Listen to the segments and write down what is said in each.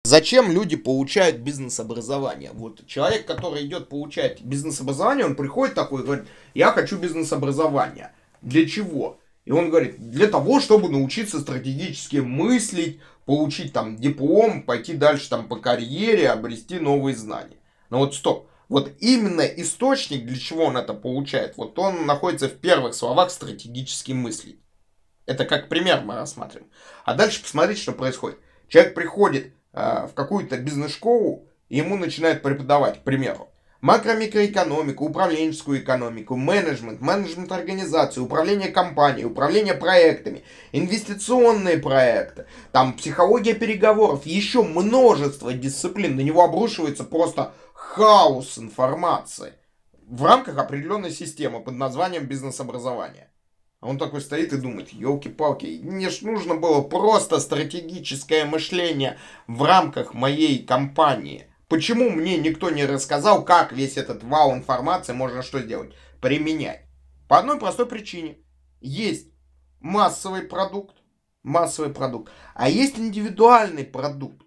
Зачем люди получают бизнес-образование? Вот человек, который идет получать бизнес-образование, он приходит такой и говорит, я хочу бизнес-образование. Для чего? И он говорит, для того, чтобы научиться стратегически мыслить, получить там диплом, пойти дальше там по карьере, обрести новые знания. Но вот стоп. Вот именно источник, для чего он это получает, вот он находится в первых словах стратегически мыслить. Это как пример мы рассматриваем. А дальше посмотрите, что происходит. Человек приходит в какую-то бизнес-школу, и ему начинают преподавать, к примеру, макро-микроэкономику, управленческую экономику, менеджмент организации, управление компанией, управление проектами, инвестиционные проекты, там психология переговоров, еще множество дисциплин. На него обрушивается просто хаос информации в рамках определенной системы под названием бизнес-образование. А он такой стоит и думает, елки-палки, мне ж нужно было просто стратегическое мышление в рамках моей компании. Почему мне никто не рассказал, как весь этот вал информации можно что сделать? Применять. По одной простой причине. Есть массовый продукт, а есть индивидуальный продукт.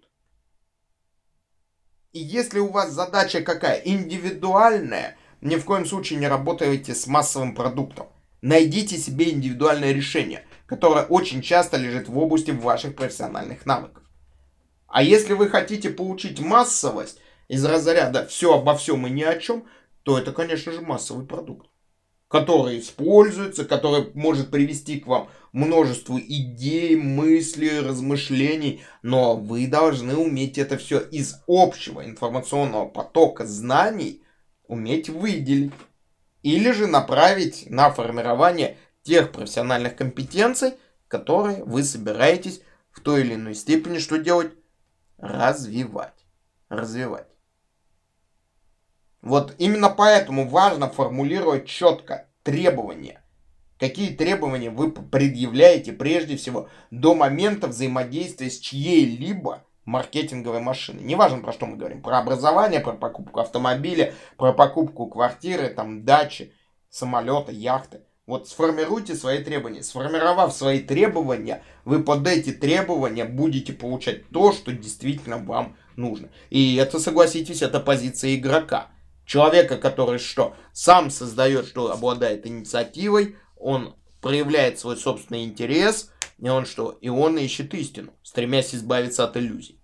И если у вас задача какая? Индивидуальная, ни в коем случае не работайте с массовым продуктом. Найдите себе индивидуальное решение, которое очень часто лежит в области ваших профессиональных навыков. А если вы хотите получить массовость из разряда «все обо всем и ни о чем», то это, конечно же, массовый продукт, который используется, который может привести к вам множество идей, мыслей, размышлений, но вы должны уметь это все из общего информационного потока знаний уметь выделить. Или же направить на формирование тех профессиональных компетенций, которые вы собираетесь в той или иной степени что делать? Развивать. Вот именно поэтому важно формулировать четко требования. Какие требования вы предъявляете прежде всего до момента взаимодействия с чьей-либо маркетинговой машиной. Неважно, про что мы говорим. Про образование, про покупку автомобиля, про покупку квартиры, там, дачи, самолета, яхты. Вот сформируйте свои требования. Сформировав свои требования, вы под эти требования будете получать то, что действительно вам нужно. И это, согласитесь, это позиция игрока. Человека, который что? Сам создает, что обладает инициативой, он проявляет свой собственный интерес, и он что? И он ищет истину, стремясь избавиться от иллюзий.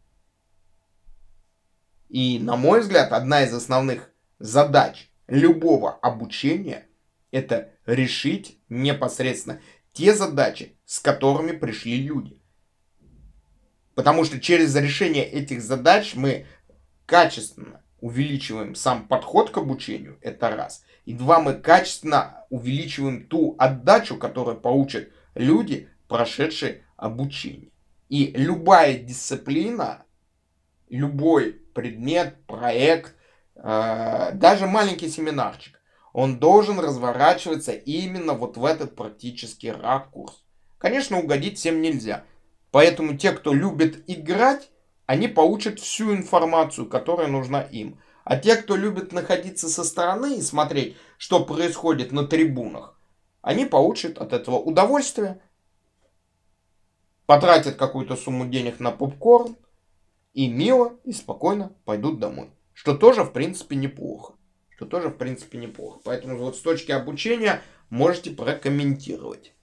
И, на мой взгляд, одна из основных задач любого обучения – это решить непосредственно те задачи, с которыми пришли люди. Потому что через решение этих задач мы качественно увеличиваем сам подход к обучению, это раз. И два, мы качественно увеличиваем ту отдачу, которую получат люди, прошедшие обучение. И любая дисциплина, любой предмет, проект, даже маленький семинарчик, он должен разворачиваться именно вот в этот практический ракурс. Конечно, угодить всем нельзя. Поэтому те, кто любит играть, они получат всю информацию, которая нужна им. А те, кто любит находиться со стороны и смотреть, что происходит на трибунах, они получат от этого удовольствие, потратят какую-то сумму денег на попкорн и мило и спокойно пойдут домой. Что тоже, в принципе, неплохо. Поэтому вот с точки обучения можете прокомментировать.